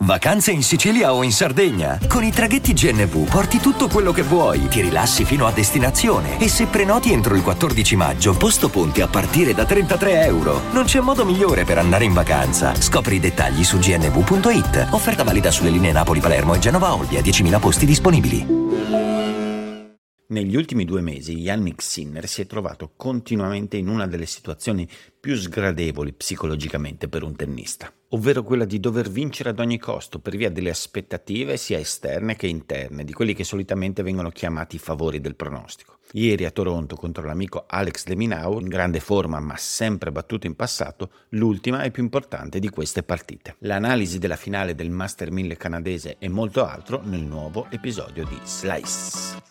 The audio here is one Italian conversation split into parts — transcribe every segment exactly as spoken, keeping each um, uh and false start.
Vacanze in Sicilia o in Sardegna? Con i traghetti G N V porti tutto quello che vuoi, ti rilassi fino a destinazione e se prenoti entro il quattordici maggio, posto ponti a partire da trentatré euro. Non c'è modo migliore per andare in vacanza. Scopri i dettagli su g n v punto i t. Offerta valida sulle linee Napoli-Palermo e Genova-Olbia, diecimila posti disponibili. Negli ultimi due mesi Jannik Sinner si è trovato continuamente in una delle situazioni più sgradevoli psicologicamente per un tennista, ovvero quella di dover vincere ad ogni costo per via delle aspettative sia esterne che interne, di quelli che solitamente vengono chiamati i favori del pronostico. Ieri a Toronto contro l'amico Alex de Minaur, in grande forma ma sempre battuto in passato, l'ultima e più importante di queste partite. L'analisi della finale del Master mille canadese e molto altro nel nuovo episodio di Slice.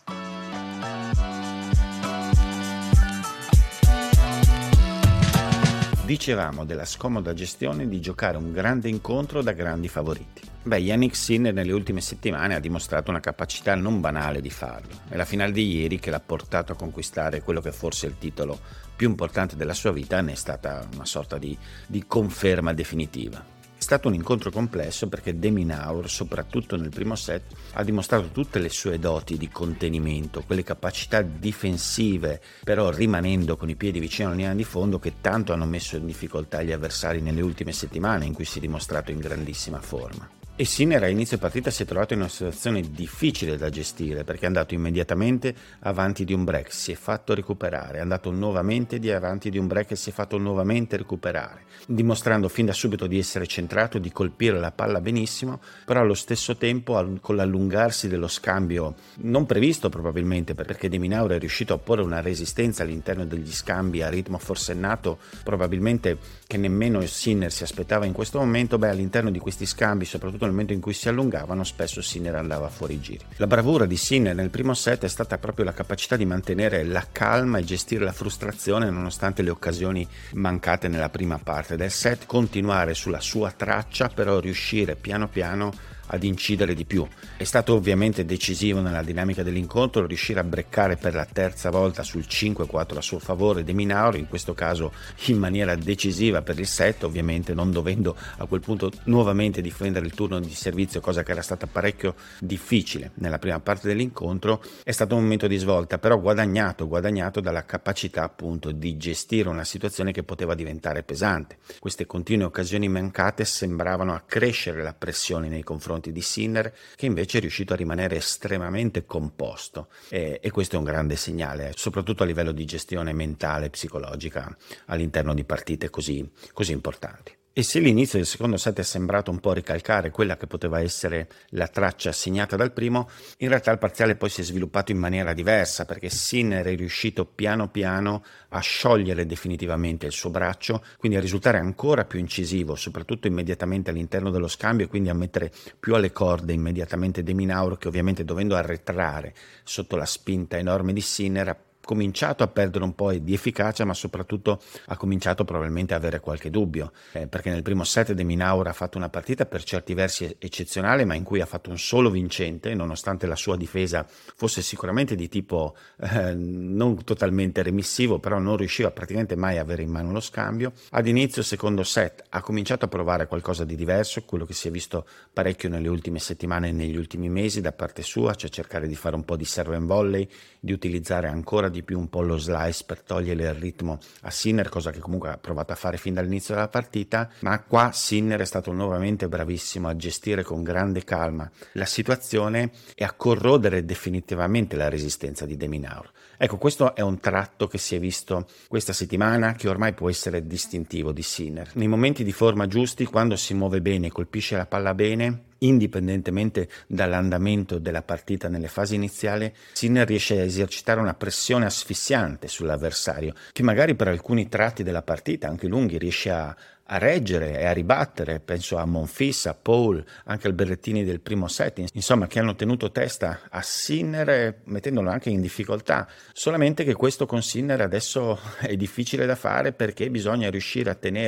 Dicevamo della scomoda gestione di giocare un grande incontro da grandi favoriti. Beh, Jannik Sinner nelle ultime settimane ha dimostrato una capacità non banale di farlo. È la finale di ieri che l'ha portato a conquistare quello che forse è il titolo più importante della sua vita, ne è stata una sorta di, di conferma definitiva. È stato un incontro complesso perché de Minaur, soprattutto nel primo set, ha dimostrato tutte le sue doti di contenimento, quelle capacità difensive, però rimanendo con i piedi vicino alla linea di fondo, che tanto hanno messo in difficoltà gli avversari nelle ultime settimane in cui si è dimostrato in grandissima forma. E Sinner a inizio partita si è trovato in una situazione difficile da gestire perché è andato immediatamente avanti di un break, si è fatto recuperare, è andato nuovamente di avanti di un break e si è fatto nuovamente recuperare, dimostrando fin da subito di essere centrato, di colpire la palla benissimo, però allo stesso tempo con l'allungarsi dello scambio non previsto probabilmente perché de Minaur è riuscito a porre una resistenza all'interno degli scambi a ritmo forsennato probabilmente che nemmeno Sinner si aspettava in questo momento. Beh, all'interno di questi scambi, soprattutto nel momento in cui si allungavano, spesso Sinner andava fuori giri. La bravura di Sinner nel primo set è stata proprio la capacità di mantenere la calma e gestire la frustrazione nonostante le occasioni mancate nella prima parte del set, continuare sulla sua traccia, però riuscire piano piano ad incidere di più. È stato ovviamente decisivo nella dinamica dell'incontro riuscire a breccare per la terza volta sul cinque quattro a suo favore de Minaur, in questo caso in maniera decisiva per il set, ovviamente non dovendo a quel punto nuovamente difendere il turno di servizio, cosa che era stata parecchio difficile nella prima parte dell'incontro. È stato un momento di svolta, però guadagnato, guadagnato dalla capacità appunto di gestire una situazione che poteva diventare pesante. Queste continue occasioni mancate sembravano accrescere la pressione nei confronti di Sinner, che invece è riuscito a rimanere estremamente composto e, e questo è un grande segnale, soprattutto a livello di gestione mentale e psicologica all'interno di partite così, così importanti. E se l'inizio del secondo set è sembrato un po' ricalcare quella che poteva essere la traccia segnata dal primo, in realtà il parziale poi si è sviluppato in maniera diversa perché Sinner è riuscito piano piano a sciogliere definitivamente il suo braccio, quindi a risultare ancora più incisivo, soprattutto immediatamente all'interno dello scambio, e quindi a mettere più alle corde immediatamente de Minaur, che ovviamente dovendo arretrare sotto la spinta enorme di Sinner ha cominciato a perdere un po' di efficacia, ma soprattutto ha cominciato probabilmente a avere qualche dubbio, eh, perché nel primo set de Minaur ha fatto una partita per certi versi eccezionale, ma in cui ha fatto un solo vincente, nonostante la sua difesa fosse sicuramente di tipo eh, non totalmente remissivo, però non riusciva praticamente mai a avere in mano lo scambio. Ad inizio secondo set ha cominciato a provare qualcosa di diverso, quello che si è visto parecchio nelle ultime settimane e negli ultimi mesi da parte sua, cioè cercare di fare un po' di serve and volley, di utilizzare ancora di più un po' lo slice per togliere il ritmo a Sinner, cosa che comunque ha provato a fare fin dall'inizio della partita, ma qua Sinner è stato nuovamente bravissimo a gestire con grande calma la situazione e a corrodere definitivamente la resistenza di de Minaur. Ecco, questo è un tratto che si è visto questa settimana, che ormai può essere distintivo di Sinner. Nei momenti di forma giusti, quando si muove bene, colpisce la palla bene, indipendentemente dall'andamento della partita nelle fasi iniziali, Sinner riesce a esercitare una pressione asfissiante sull'avversario, che magari per alcuni tratti della partita, anche lunghi, riesce a a reggere e a ribattere. Penso a Monfils, a Paul, anche al Berrettini del primo set, insomma, che hanno tenuto testa a Sinner mettendolo anche in difficoltà, solamente che questo con Sinner adesso è difficile da fare perché bisogna riuscire a tenere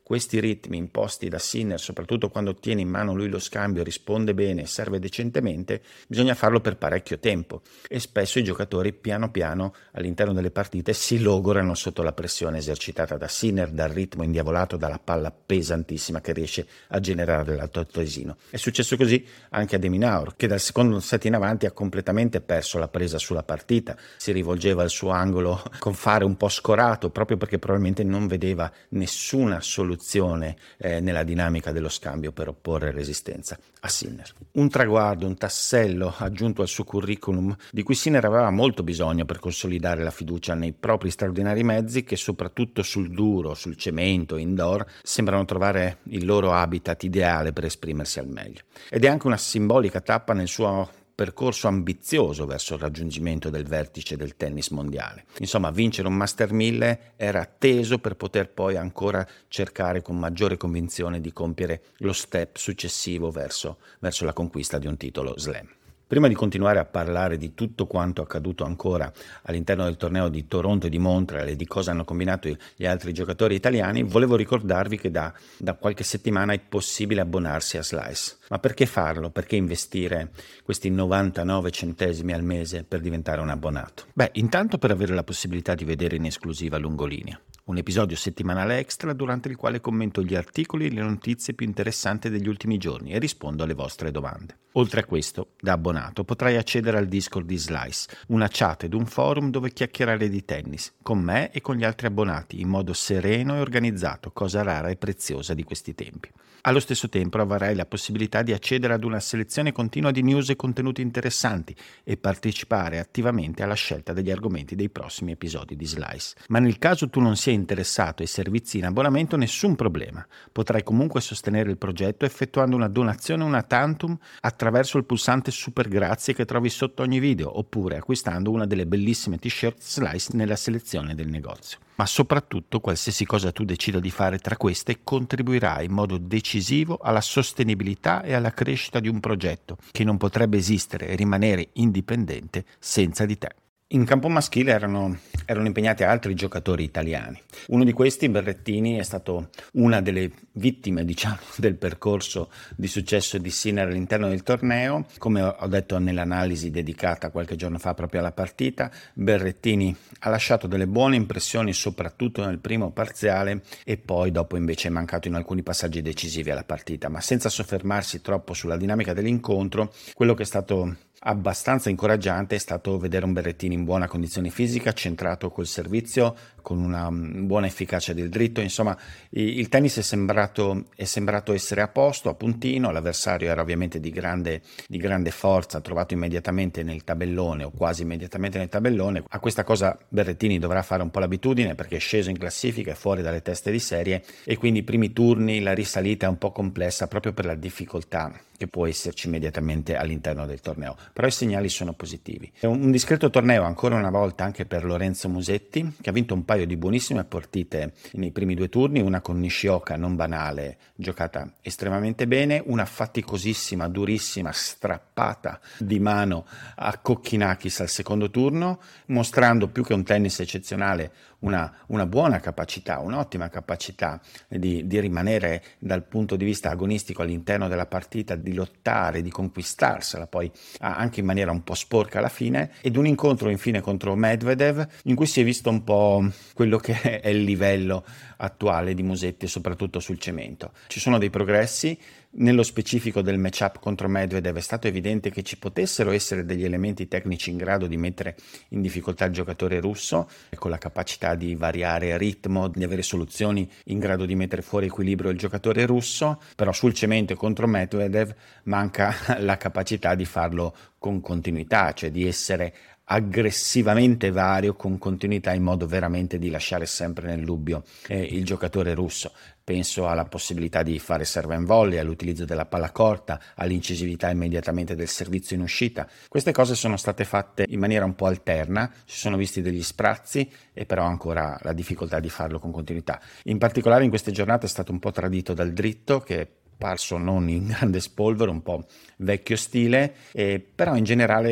questi ritmi imposti da Sinner, soprattutto quando tiene in mano lui lo scambio, risponde bene e serve decentemente, bisogna farlo per parecchio tempo e spesso i giocatori piano piano all'interno delle partite si logorano sotto la pressione esercitata da Sinner, dal ritmo indiavolato, dalla palla pesantissima che riesce a generare l'altoatesino. È successo così anche a De Minaur, che dal secondo set in avanti ha completamente perso la presa sulla partita, si rivolgeva al suo angolo con fare un po' scorato proprio perché probabilmente non vedeva nessuna soluzione eh, nella dinamica dello scambio per opporre resistenza a Sinner. Un traguardo, un tassello aggiunto al suo curriculum di cui Sinner aveva molto bisogno per consolidare la fiducia nei propri straordinari mezzi che soprattutto sul duro, sul cemento, indoor, sembrano trovare il loro habitat ideale per esprimersi al meglio. Ed è anche una simbolica tappa nel suo percorso ambizioso verso il raggiungimento del vertice del tennis mondiale. Insomma, vincere un Master mille era atteso per poter poi ancora cercare con maggiore convinzione di compiere lo step successivo verso, verso la conquista di un titolo slam. Prima di continuare a parlare di tutto quanto accaduto ancora all'interno del torneo di Toronto e di Montreal e di cosa hanno combinato gli altri giocatori italiani, volevo ricordarvi che da, da qualche settimana è possibile abbonarsi a Slice. Ma perché farlo? Perché investire questi novantanove centesimi al mese per diventare un abbonato? Beh, intanto per avere la possibilità di vedere in esclusiva Lungolinea, un episodio settimanale extra durante il quale commento gli articoli e le notizie più interessanti degli ultimi giorni e rispondo alle vostre domande. Oltre a questo, da abbonato potrai accedere al Discord di Slice, una chat ed un forum dove chiacchierare di tennis, con me e con gli altri abbonati, in modo sereno e organizzato, cosa rara e preziosa di questi tempi. Allo stesso tempo avrai la possibilità di accedere ad una selezione continua di news e contenuti interessanti e partecipare attivamente alla scelta degli argomenti dei prossimi episodi di Slice. Ma nel caso tu non sia interessato ai servizi in abbonamento, nessun problema. Potrai comunque sostenere il progetto effettuando una donazione una tantum attraverso il pulsante Super Grazie che trovi sotto ogni video, oppure acquistando una delle bellissime t-shirt Slice nella selezione del negozio. Ma soprattutto, qualsiasi cosa tu decida di fare tra queste, contribuirà in modo decisivo alla sostenibilità e alla crescita di un progetto che non potrebbe esistere e rimanere indipendente senza di te. In campo maschile erano, erano impegnati altri giocatori italiani. Uno di questi, Berrettini, è stato una delle vittime, diciamo, del percorso di successo di Sinner all'interno del torneo. Come ho detto nell'analisi dedicata qualche giorno fa proprio alla partita, Berrettini ha lasciato delle buone impressioni soprattutto nel primo parziale e poi dopo invece è mancato in alcuni passaggi decisivi alla partita. Ma senza soffermarsi troppo sulla dinamica dell'incontro, quello che è stato abbastanza incoraggiante è stato vedere un Berrettini in buona condizione fisica, centrato col servizio, con una buona efficacia del dritto. Insomma, il tennis è sembrato, è sembrato essere a posto, a puntino. L'avversario era ovviamente di grande, di grande forza, trovato immediatamente nel tabellone o quasi immediatamente nel tabellone. A questa cosa Berrettini dovrà fare un po' l'abitudine perché è sceso in classifica, è fuori dalle teste di serie e quindi i primi turni, la risalita è un po' complessa proprio per la difficoltà che può esserci immediatamente all'interno del torneo, però i segnali sono positivi. È un discreto torneo ancora una volta anche per Lorenzo Musetti, che ha vinto un paio di buonissime partite nei primi due turni, una con Nishioka non banale, giocata estremamente bene, una faticosissima, durissima, strappata di mano a Kokkinakis al secondo turno, mostrando più che un tennis eccezionale una, una buona capacità, un'ottima capacità di, di rimanere dal punto di vista agonistico all'interno della partita, di lottare, di conquistarsela poi anche in maniera un po' sporca alla fine, ed un incontro infine contro Medvedev in cui si è visto un po' quello che è il livello attuale di Musetti soprattutto sul cemento. Ci sono dei progressi. Nello specifico del matchup contro Medvedev è stato evidente che ci potessero essere degli elementi tecnici in grado di mettere in difficoltà il giocatore russo, con la capacità di variare ritmo, di avere soluzioni in grado di mettere fuori equilibrio il giocatore russo, però sul cemento e contro Medvedev manca la capacità di farlo con continuità, cioè di essere aggressivamente vario con continuità in modo veramente di lasciare sempre nel dubbio eh, il giocatore russo. Penso alla possibilità di fare serve and volley, all'utilizzo della palla corta, all'incisività immediatamente del servizio in uscita. Queste cose sono state fatte in maniera un po' alterna, si sono visti degli sprazzi e però ancora la difficoltà di farlo con continuità. In particolare in queste giornate è stato un po' tradito dal dritto, che è parso non in grande spolvero, un po' vecchio stile, eh, però in generale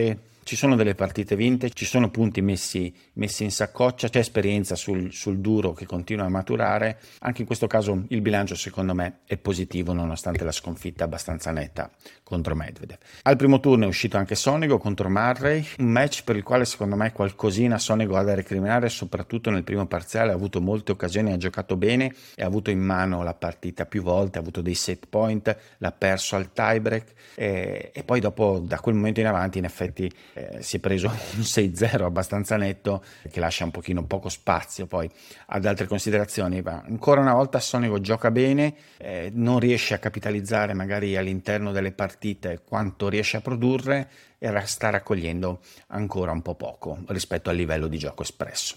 ci sono delle partite vinte, ci sono punti messi, messi in saccoccia, c'è esperienza sul, sul duro che continua a maturare. Anche in questo caso il bilancio secondo me è positivo nonostante la sconfitta abbastanza netta contro Medvedev. Al primo turno è uscito anche Sonego contro Murray, un match per il quale secondo me qualcosina Sonego ha da recriminare, soprattutto nel primo parziale ha avuto molte occasioni, ha giocato bene e ha avuto in mano la partita più volte, ha avuto dei set point, l'ha perso al tiebreak e, e poi dopo da quel momento in avanti in effetti eh, si è preso un sei zero abbastanza netto che lascia un pochino poco spazio poi ad altre considerazioni. Ma ancora una volta Sonego gioca bene, eh, non riesce a capitalizzare magari all'interno delle partite quanto riesce a produrre e sta raccogliendo ancora un po' poco rispetto al livello di gioco espresso.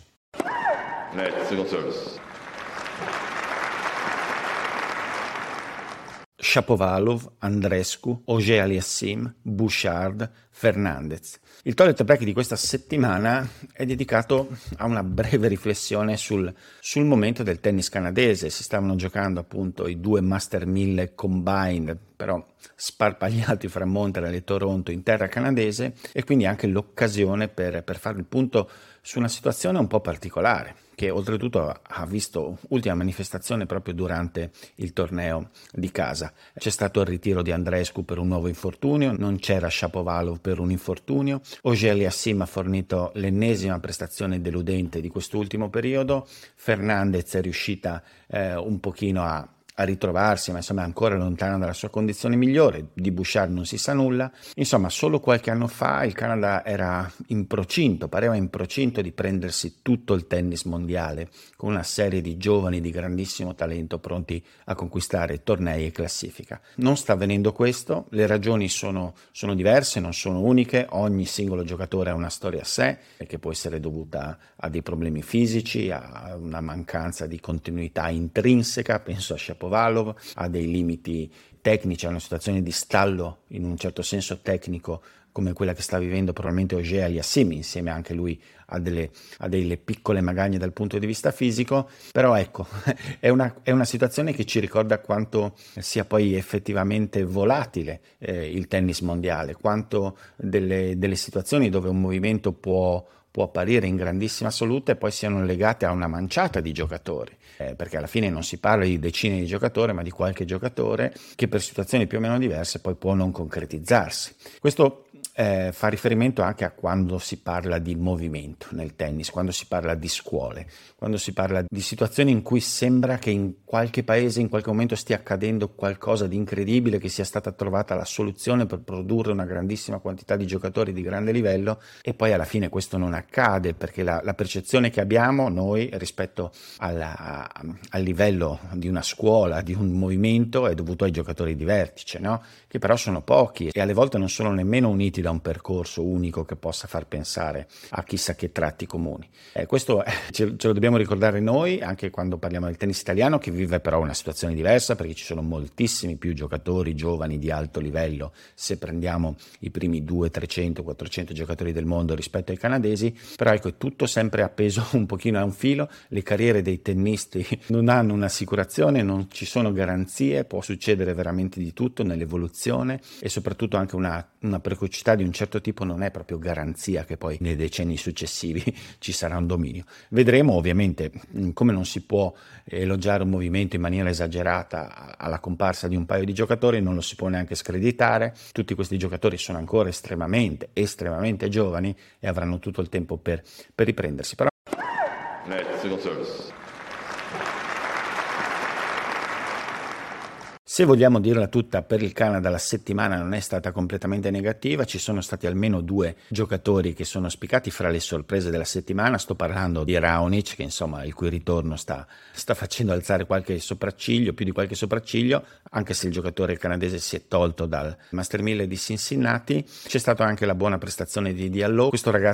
Shapovalov, Andreescu, Auger-Aliassime, Bouchard, Fernandez. Il toilet break di questa settimana è dedicato a una breve riflessione sul, sul momento del tennis canadese. Si stavano giocando appunto i due Master mille combined, però sparpagliati fra Montreal e Toronto in terra canadese, e quindi anche l'occasione per, per fare il punto su una situazione un po' particolare, che oltretutto ha visto ultima manifestazione proprio durante il torneo di casa. C'è stato il ritiro di Andreescu per un nuovo infortunio, non c'era Shapovalov per un infortunio, Auger-Aliassime ha fornito l'ennesima prestazione deludente di quest'ultimo periodo, Fernandez è riuscita eh, un pochino a a ritrovarsi, ma insomma è ancora lontana dalla sua condizione migliore. Di Bouchard non si sa nulla. Insomma, solo qualche anno fa il Canada era in procinto, pareva in procinto di prendersi tutto il tennis mondiale, con una serie di giovani di grandissimo talento pronti a conquistare tornei e classifica. Non sta avvenendo questo, le ragioni sono, sono diverse, non sono uniche, ogni singolo giocatore ha una storia a sé, che può essere dovuta a dei problemi fisici, a una mancanza di continuità intrinseca, penso a Shapovalov, ha dei limiti tecnici, ha una situazione di stallo in un certo senso tecnico come quella che sta vivendo probabilmente Auger-Aliassime, insieme anche lui a delle, a delle piccole magagne dal punto di vista fisico, però ecco, è una, è una situazione che ci ricorda quanto sia poi effettivamente volatile eh, il tennis mondiale, quanto delle, delle situazioni dove un movimento può può apparire in grandissima salute e poi siano legate a una manciata di giocatori, eh, perché alla fine non si parla di decine di giocatori, ma di qualche giocatore che per situazioni più o meno diverse poi può non concretizzarsi. Questo eh, fa riferimento anche a quando si parla di movimento nel tennis, quando si parla di scuole, quando si parla di situazioni in cui sembra che in qualche paese in qualche momento stia accadendo qualcosa di incredibile, che sia stata trovata la soluzione per produrre una grandissima quantità di giocatori di grande livello, e poi alla fine questo non accade, perché la, la percezione che abbiamo noi rispetto alla, al livello di una scuola, di un movimento, è dovuto ai giocatori di vertice, no? Che però sono pochi e alle volte non sono nemmeno uniti da un percorso unico che possa far pensare a chissà che tratti comuni. Eh, questo eh, ce, ce lo dobbiamo ricordare noi anche quando parliamo del tennis italiano, che vive però una situazione diversa, perché ci sono moltissimi più giocatori giovani di alto livello se prendiamo i primi duecento, trecento, quattrocento giocatori del mondo rispetto ai canadesi. Però ecco, è tutto sempre appeso un pochino a un filo, le carriere dei tennisti non hanno un'assicurazione, non ci sono garanzie, può succedere veramente di tutto nell'evoluzione, e soprattutto anche una, una precocità di un certo tipo non è proprio garanzia che poi nei decenni successivi ci sarà un dominio. Vedremo ovviamente, come non si può elogiare un movimento in maniera esagerata alla comparsa di un paio di giocatori, non lo si può neanche screditare. Tutti questi giocatori sono ancora estremamente, estremamente giovani e avranno tutto il tempo per, per riprendersi. Però se vogliamo dirla tutta, per il Canada la settimana non è stata completamente negativa, ci sono stati almeno due giocatori che sono spiccati fra le sorprese della settimana. Sto parlando di Raonic, che insomma il cui ritorno sta, sta facendo alzare qualche sopracciglio, più di qualche sopracciglio, anche se il giocatore canadese si è tolto dal Master mille di Cincinnati. C'è stata anche la buona prestazione di Diallo, questo ragazzo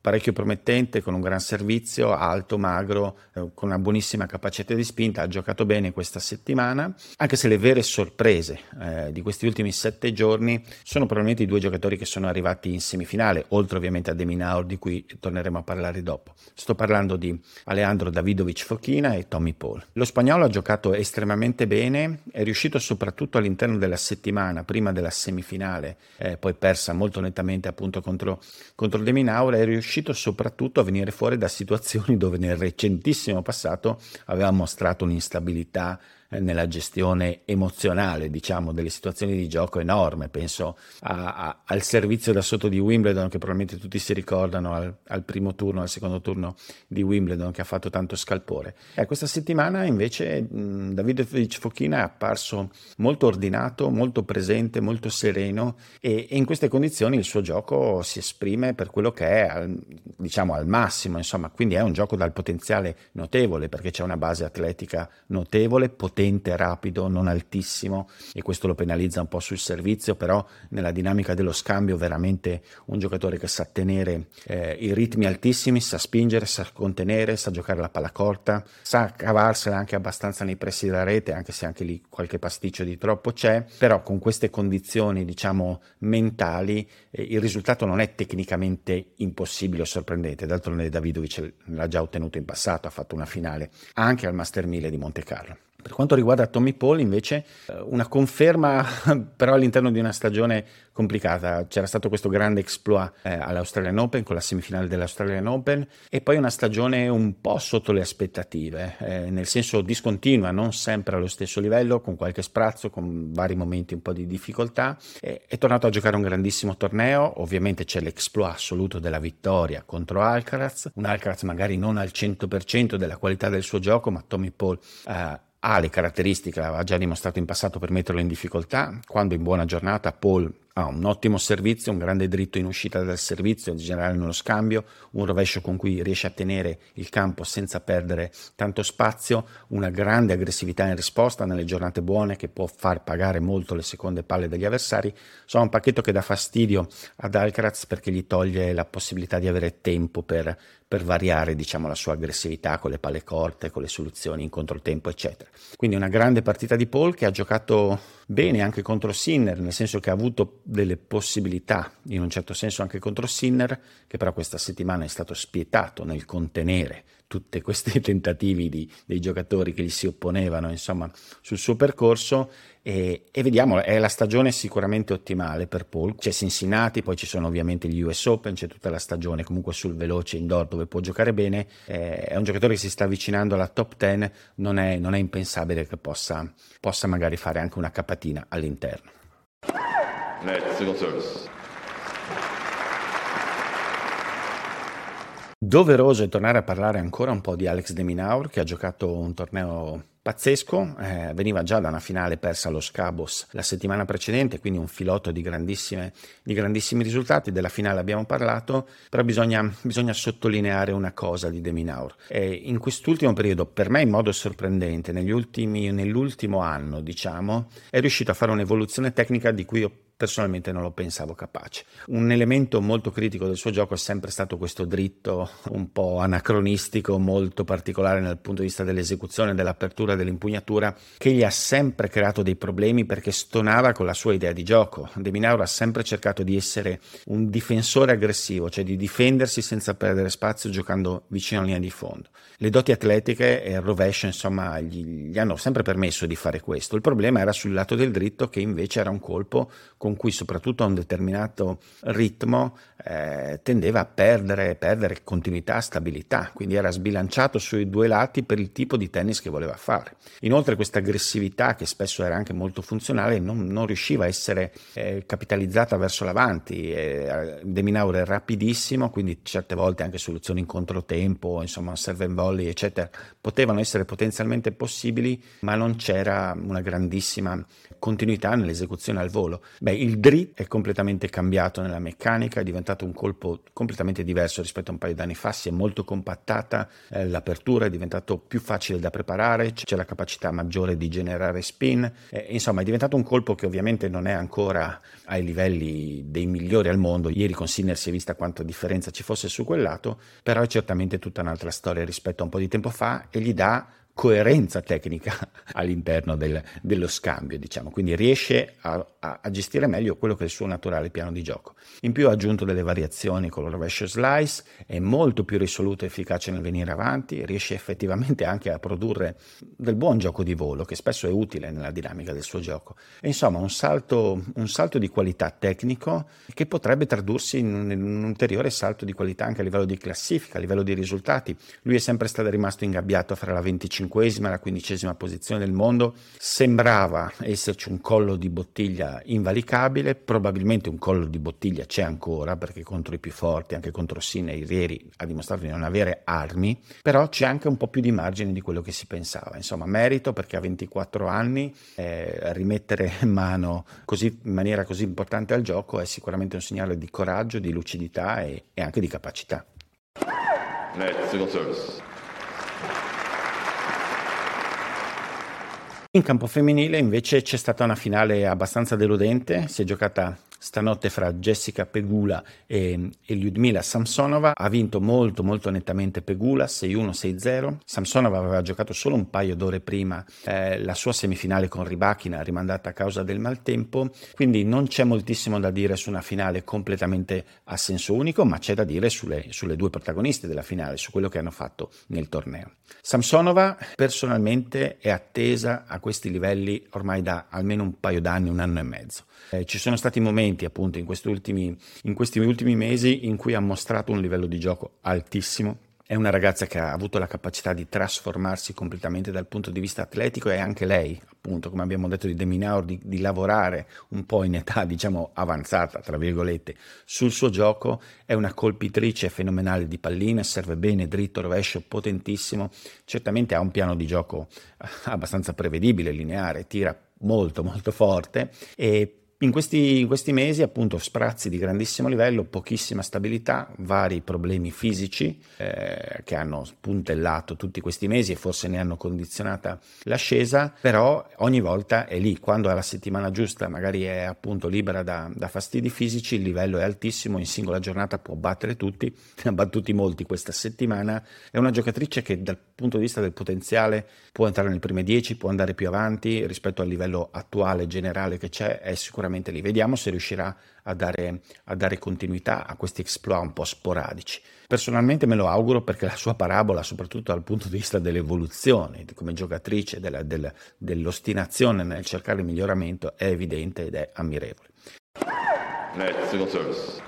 parecchio promettente, con un gran servizio, alto, magro, eh, con una buonissima capacità di spinta. Ha giocato bene questa settimana, anche se le vere sorprese eh, di questi ultimi sette giorni sono probabilmente i due giocatori che sono arrivati in semifinale, oltre ovviamente a de Minaur, di cui torneremo a parlare dopo. Sto parlando di Alejandro Davidovich Fokina e Tommy Paul. Lo spagnolo ha giocato estremamente bene, è riuscito soprattutto all'interno della settimana, prima della semifinale, eh, poi persa molto nettamente appunto contro, contro de Minaur, è riuscito soprattutto a venire fuori da situazioni dove nel recentissimo passato aveva mostrato un'instabilità nella gestione emozionale, diciamo, delle situazioni di gioco enorme. Penso a, a, al servizio da sotto di Wimbledon, che probabilmente tutti si ricordano, al, al primo turno, al secondo turno di Wimbledon, che ha fatto tanto scalpore. E questa settimana invece mh, Davidovich Fokina è apparso molto ordinato, molto presente, molto sereno, e, e in queste condizioni il suo gioco si esprime per quello che è al, diciamo al massimo, insomma, quindi è un gioco dal potenziale notevole, perché c'è una base atletica notevole, potente, rapido, non altissimo, e questo lo penalizza un po' sul servizio, però nella dinamica dello scambio veramente un giocatore che sa tenere eh, i ritmi altissimi, sa spingere, sa contenere, sa giocare la palla corta, sa cavarsela anche abbastanza nei pressi della rete, anche se anche lì qualche pasticcio di troppo c'è, però con queste condizioni diciamo mentali eh, il risultato non è tecnicamente impossibile o sorprendente. D'altronde Davidovich l'ha già ottenuto in passato, ha fatto una finale anche al Master mille di Monte Carlo. Per quanto riguarda Tommy Paul invece una conferma però all'interno di una stagione complicata. C'era stato questo grande exploit eh, all'Australian Open, con la semifinale dell'Australian Open, e poi una stagione un po' sotto le aspettative, eh, nel senso discontinua, non sempre allo stesso livello, con qualche sprazzo, con vari momenti un po' di difficoltà. Eh, è tornato a giocare un grandissimo torneo, ovviamente c'è l'exploit assoluto della vittoria contro Alcaraz, un Alcaraz magari non al cento per cento della qualità del suo gioco, ma Tommy Paul eh, ha le caratteristiche, l'aveva già dimostrato in passato per metterlo in difficoltà. Quando in buona giornata Paul ha un ottimo servizio, un grande dritto in uscita dal servizio, in generale nello scambio, un rovescio con cui riesce a tenere il campo senza perdere tanto spazio, una grande aggressività in risposta nelle giornate buone che può far pagare molto le seconde palle degli avversari. Insomma, un pacchetto che dà fastidio ad Alcaraz perché gli toglie la possibilità di avere tempo per, per variare, diciamo, la sua aggressività con le palle corte, con le soluzioni in controtempo, eccetera. Quindi una grande partita di Paul, che ha giocato bene anche contro Sinner, nel senso che ha avuto delle possibilità in un certo senso anche contro Sinner, che però questa settimana è stato spietato nel contenere tutti questi tentativi di, dei giocatori che gli si opponevano, insomma, sul suo percorso. E, e vediamo, è la stagione sicuramente ottimale per Paul. C'è Cincinnati, poi ci sono ovviamente gli U S Open, c'è tutta la stagione comunque sul veloce indoor dove può giocare bene. Eh, è un giocatore che si sta avvicinando alla top dieci, non è, non è impensabile che possa, possa magari fare anche una capatina all'interno. Doveroso è tornare a parlare ancora un po' di Alex de Minaur, che ha giocato un torneo pazzesco, eh, veniva già da una finale persa allo Scabos la settimana precedente, quindi un filotto di grandissime di grandissimi risultati. Della finale abbiamo parlato, però bisogna, bisogna sottolineare una cosa di de Minaur. Eh, in quest'ultimo periodo, per me in modo sorprendente, negli ultimi, nell'ultimo anno diciamo, è riuscito a fare un'evoluzione tecnica di cui io personalmente non lo pensavo capace. Un elemento molto critico del suo gioco è sempre stato questo dritto un po' anacronistico, molto particolare dal punto di vista dell'esecuzione, dell'apertura, dell'impugnatura, che gli ha sempre creato dei problemi perché stonava con la sua idea di gioco. De Minaur ha sempre cercato di essere un difensore aggressivo, cioè di difendersi senza perdere spazio giocando vicino alla linea di fondo. Le doti atletiche e il rovescio, insomma, gli, gli hanno sempre permesso di fare questo. Il problema era sul lato del dritto, che invece era un colpo con cui soprattutto a un determinato ritmo eh, tendeva a perdere, perdere continuità, stabilità, quindi era sbilanciato sui due lati per il tipo di tennis che voleva fare. Inoltre questa aggressività, che spesso era anche molto funzionale, non, non riusciva a essere eh, capitalizzata verso l'avanti. Eh, de Minaur è rapidissimo, quindi certe volte anche soluzioni in controtempo, insomma serve and volley eccetera, potevano essere potenzialmente possibili, ma non c'era una grandissima continuità nell'esecuzione al volo. Beh, il drit è completamente cambiato nella meccanica, è diventato un colpo completamente diverso rispetto a un paio d'anni fa, si è molto compattata, eh, l'apertura è diventato più facile da preparare, c'è la capacità maggiore di generare spin, eh, insomma è diventato un colpo che ovviamente non è ancora ai livelli dei migliori al mondo. Ieri con Sinner si è vista quanta differenza ci fosse su quel lato, però è certamente tutta un'altra storia rispetto a un po' di tempo fa e gli dà coerenza tecnica all'interno del, dello scambio, diciamo, quindi riesce a, a, a gestire meglio quello che è il suo naturale piano di gioco. In più ha aggiunto delle variazioni con il rovescio slice, è molto più risoluto e efficace nel venire avanti, riesce effettivamente anche a produrre del buon gioco di volo che spesso è utile nella dinamica del suo gioco. E insomma un salto, un salto di qualità tecnico che potrebbe tradursi in un, in un ulteriore salto di qualità anche a livello di classifica, a livello di risultati. Lui è sempre stato rimasto ingabbiato fra la venticinquesima e la quindicesima posizione del mondo, sembrava esserci un collo di bottiglia invalicabile, probabilmente un collo di bottiglia c'è ancora perché contro i più forti, anche contro Sinner ieri ha dimostrato di non avere armi, però c'è anche un po' più di margine di quello che si pensava. Insomma, merito perché a ventiquattro anni eh, rimettere in mano così, in maniera così importante al gioco è sicuramente un segnale di coraggio, di lucidità e, e anche di capacità. Net, single service. In campo femminile invece c'è stata una finale abbastanza deludente, si è giocata stanotte fra Jessica Pegula e, e Lyudmila Samsonova. Ha vinto molto molto nettamente Pegula, sei uno sei zero. Samsonova aveva giocato solo un paio d'ore prima eh, la sua semifinale con Rybakina, rimandata a causa del maltempo, quindi non c'è moltissimo da dire su una finale completamente a senso unico, ma c'è da dire sulle, sulle due protagoniste della finale, su quello che hanno fatto nel torneo. Samsonova personalmente è attesa a questi livelli ormai da almeno un paio d'anni, un anno e mezzo. Eh, ci sono stati momenti appunto in questi ultimi, in questi ultimi mesi in cui ha mostrato un livello di gioco altissimo. È una ragazza che ha avuto la capacità di trasformarsi completamente dal punto di vista atletico e anche lei, appunto, come abbiamo detto di De Minaur, di, di lavorare un po' in età, diciamo, avanzata, tra virgolette, sul suo gioco. È una colpitrice fenomenale di palline, serve bene, dritto, rovescio, potentissimo. Certamente ha un piano di gioco abbastanza prevedibile, lineare, tira molto molto forte e In questi, in questi mesi appunto sprazzi di grandissimo livello, pochissima stabilità, vari problemi fisici eh, che hanno puntellato tutti questi mesi e forse ne hanno condizionata l'ascesa, però ogni volta è lì, quando è la settimana giusta magari è appunto libera da, da fastidi fisici, il livello è altissimo, in singola giornata può battere tutti, ne ha battuti molti questa settimana, è una giocatrice che dal punto di vista del potenziale può entrare nelle prime dieci, può andare più avanti rispetto al livello attuale generale che c'è, è sicuramente lì. Vediamo se riuscirà a dare, a dare continuità a questi exploit un po' sporadici. Personalmente me lo auguro perché la sua parabola, soprattutto dal punto di vista dell'evoluzione come giocatrice, della, della, dell'ostinazione nel cercare il miglioramento, è evidente ed è ammirevole. Net, single service.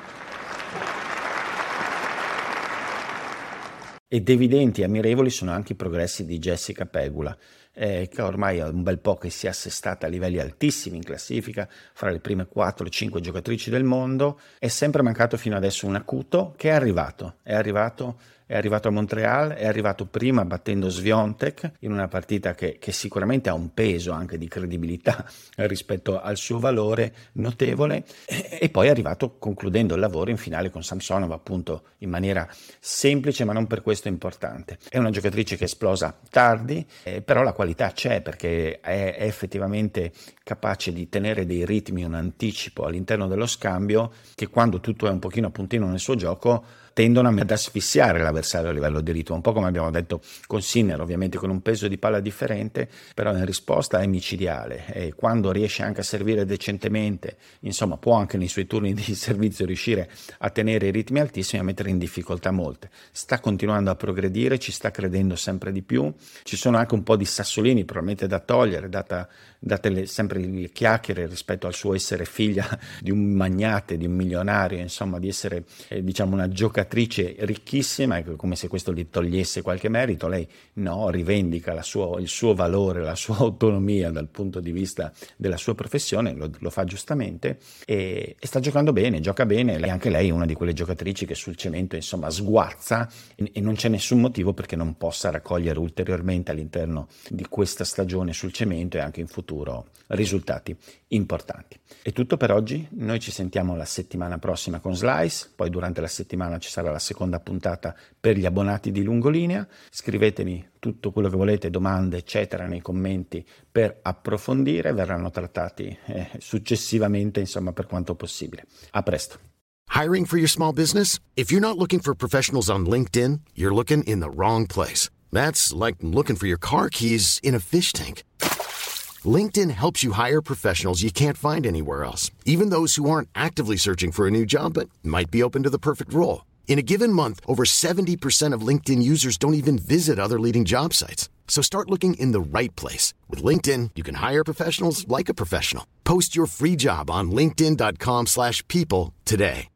Ed evidenti e ammirevoli sono anche i progressi di Jessica Pegula, eh, che ormai è un bel po' che si è assestata a livelli altissimi in classifica, fra le prime quattro o cinque giocatrici del mondo. È sempre mancato fino adesso un acuto che è arrivato, è arrivato, è arrivato a Montreal, è arrivato prima battendo Swiatek in una partita che, che sicuramente ha un peso anche di credibilità rispetto al suo valore notevole, e, e poi è arrivato concludendo il lavoro in finale con Samsonova, appunto in maniera semplice ma non per questo importante. È una giocatrice che è esplosa tardi, eh, però la qualità c'è perché è, è effettivamente capace di tenere dei ritmi, un anticipo all'interno dello scambio che quando tutto è un pochino a puntino nel suo gioco tendono ad asfissiare l'avversario a livello di ritmo, un po' come abbiamo detto con Sinner, ovviamente con un peso di palla differente, però in risposta è micidiale e quando riesce anche a servire decentemente, insomma può anche nei suoi turni di servizio riuscire a tenere i ritmi altissimi e a mettere in difficoltà molte. Sta continuando a progredire, ci sta credendo sempre di più, ci sono anche un po' di sassolini probabilmente da togliere, data, date le, sempre le chiacchiere rispetto al suo essere figlia di un magnate, di un milionario, insomma di essere eh, diciamo una giocatrice ricchissima, è come se questo gli togliesse qualche merito. Lei no, rivendica la sua, il suo valore, la sua autonomia dal punto di vista della sua professione, lo, lo fa giustamente e, e sta giocando bene, gioca bene, e anche lei è una di quelle giocatrici che sul cemento insomma sguazza e, e non c'è nessun motivo perché non possa raccogliere ulteriormente all'interno di di questa stagione sul cemento e anche in futuro risultati importanti. È tutto per oggi, noi ci sentiamo la settimana prossima con Slice, poi durante la settimana ci sarà la seconda puntata per gli abbonati di Lungolinea. Scrivetemi tutto quello che volete, domande eccetera nei commenti per approfondire, verranno trattati eh, successivamente, insomma, per quanto possibile. A presto. Hiring for your small business? If you're not looking for professionals on LinkedIn, you're looking in the wrong place. That's like looking for your car keys in a fish tank. LinkedIn helps you hire professionals you can't find anywhere else, even those who aren't actively searching for a new job but might be open to the perfect role. In a given month, over seventy percent of LinkedIn users don't even visit other leading job sites. So start looking in the right place. With LinkedIn, you can hire professionals like a professional. Post your free job on linkedin dot com slash people today.